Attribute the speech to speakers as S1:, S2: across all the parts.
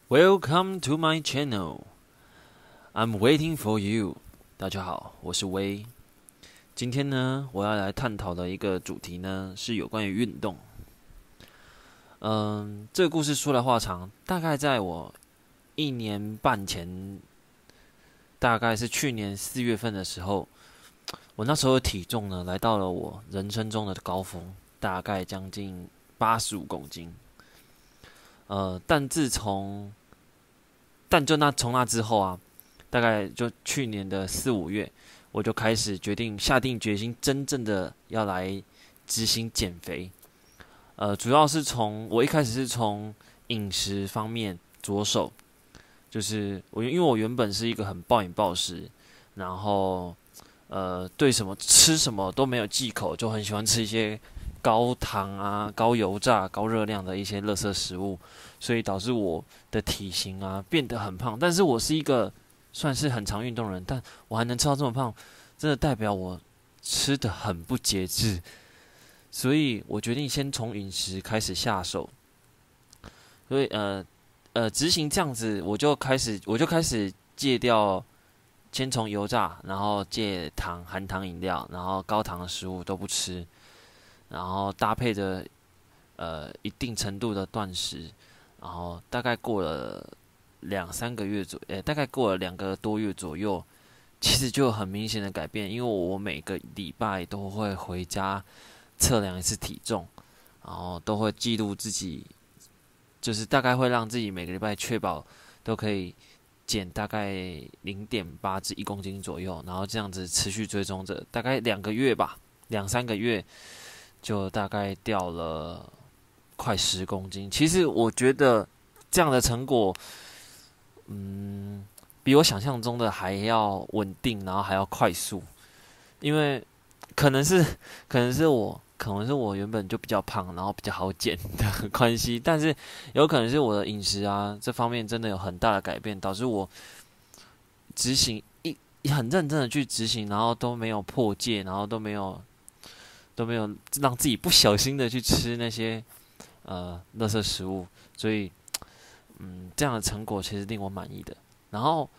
S1: Welcome to my channel. I'm waiting for you. 大家好，我是威。今天呢，我要来探讨的一个主题呢，是有关于运动。这个故事说来话长，大概在我1年半前，大概是去年4月份的时候，我那时候的体重呢，来到了我人生中的高峰，大概将近85公斤。但从那之后啊，大概就去年的4、5月，我就开始下定决心，真正的要来执行减肥。主要是我一开始是从饮食方面着手，就是因为我原本是一个很暴饮暴食，然后对吃什么都没有忌口，就很喜欢吃一些高糖啊、高油炸、高热量的一些垃圾食物，所以导致我的体型啊变得很胖。但是我是一个算是很常运动的人，但我还能吃到这么胖，真的代表我吃得很不节制。所以我决定先从饮食开始下手。所以执行这样子，我就开始戒掉，先从油炸，然后戒含糖饮料，然后高糖的食物都不吃。然后搭配着一定程度的断食，然后大概过了2、3个月大概过了2个多月左右，其实就有很明显的改变，因为我每个礼拜都会回家测量一次体重，然后都会记录自己，就是大概会让自己每个礼拜确保都可以减大概0.8至1公斤左右，然后这样子持续追踪着，大概2个月吧，2、3个月。就大概掉了快10公斤。其实我觉得这样的成果，比我想象中的还要稳定，然后还要快速。因为可能是我原本就比较胖，然后比较好减的关系，但是有可能是我的饮食啊这方面真的有很大的改变，导致我执行很认真的去执行，然后都没有破戒，然后都没有让自己不小心的去吃那些垃圾食物，所以这样的成果其实令我满意的。然后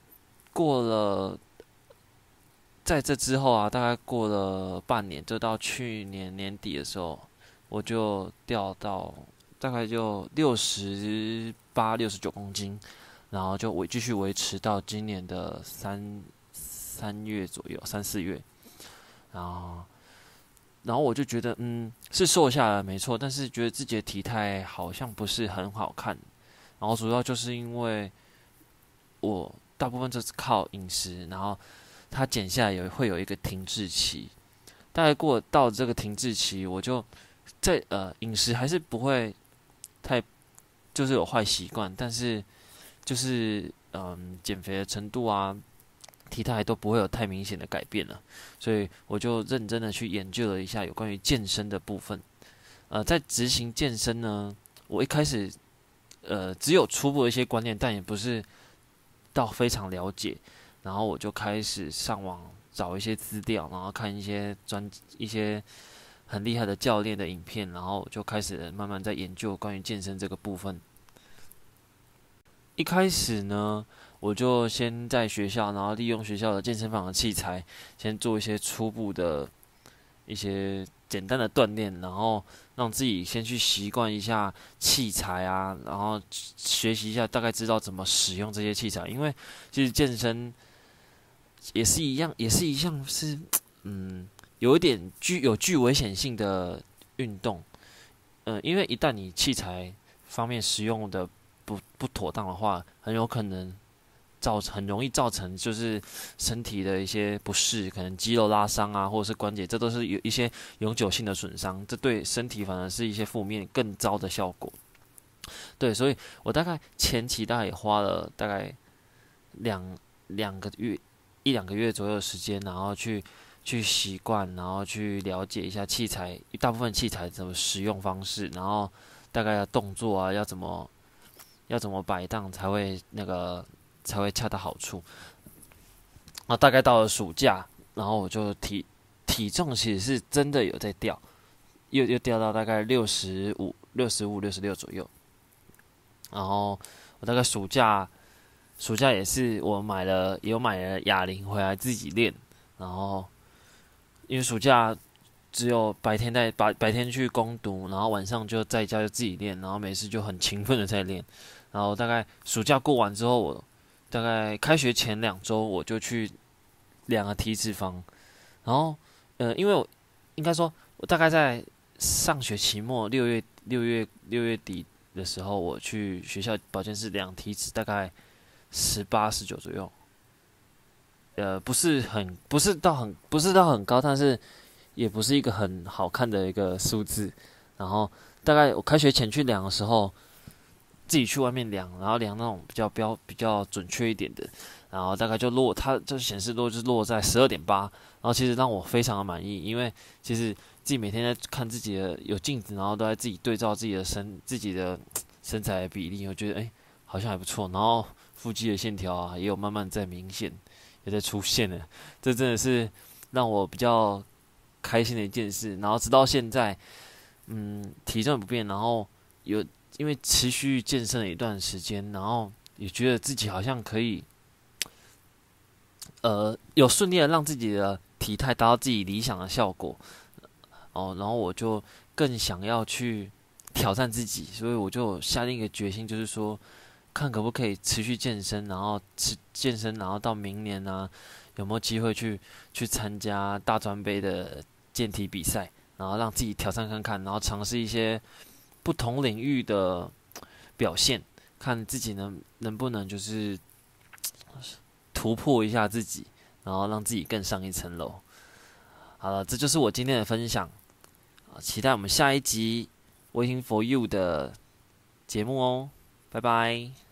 S1: 在这之后啊，大概过了半年，就到去年年底的时候，我就掉到大概就68、69公斤，然后就继续维持到今年的三月左右3、4月，然后我就觉得，是瘦下来没错，但是觉得自己的体态好像不是很好看。然后主要就是因为我大部分就是靠饮食，然后它减下来会有一个停滞期。大概到这个停滞期，我就在饮食还是不会太就是有坏习惯，但是就是减肥的程度啊。体态都不会有太明显的改变了，所以我就认真的去研究了一下有关于健身的部分。在执行健身呢，我一开始只有初步的一些观念，但也不是到非常了解。然后我就开始上网找一些资料，然后看一些很厉害的教练的影片，然后我就开始慢慢在研究关于健身这个部分。一开始呢，我就先在学校，然后利用学校的健身房的器材，先做一些初步的一些简单的锻炼，然后让自己先去习惯一下器材啊，然后学习一下，大概知道怎么使用这些器材。因为其实健身也是一样是有一点具危险性的运动。因为一旦你器材方面使用的不妥当的话，很有可能很容易造成就是身体的一些不适，可能肌肉拉伤啊，或者是关节，这都是有一些永久性的损伤，这对身体反而是一些负面更糟的效果。对，所以我大概前期大概也花了大概两个月1、2个月左右的时间，然后去习惯，然后去了解一下大部分器材怎么使用方式，然后大概的动作啊要怎么摆荡才会恰到好处。然后大概到了暑假，然后我就体重其实是真的有在掉，又掉到大概65、66左右。然后我大概暑假也是我有买了哑铃回来自己练，然后因为暑假只有白天去攻读，然后晚上就在家就自己练，然后每次就很勤奋的在练，然后大概暑假过完之后，我大概开学前2周我就去量了体脂肪，然后因为应该说我大概在上学期末6月底的时候，我去学校保健室量体脂，大概18、19左右，不是到很高，但是也不是一个很好看的一个数字。然后大概我开学前去量的时候，自己去外面量，然后量那种比较准确一点的，然后大概它就显示就是落在12.8，然后其实让我非常的满意，因为其实自己每天在看自己的有镜子，然后都在自己对照自己的身材的比例，我觉得好像还不错，然后腹肌的线条啊也有慢慢在明显，也在出现了，这真的是让我比较开心的一件事。然后直到现在，体重不变，然后因为持续健身了一段时间，然后也觉得自己好像可以，有顺利的让自己的体态达到自己理想的效果，然后我就更想要去挑战自己，所以我就下定一个决心，就是说，看可不可以持续健身，然后到明年呢、有没有机会去参加大专杯的健体比赛，然后让自己挑战看看，然后尝试一些不同领域的表现，看自己能不能就是突破一下自己，然后让自己更上一层楼。好了，这就是我今天的分享，期待我们下一集 Waiting for You 的节目哦，拜拜。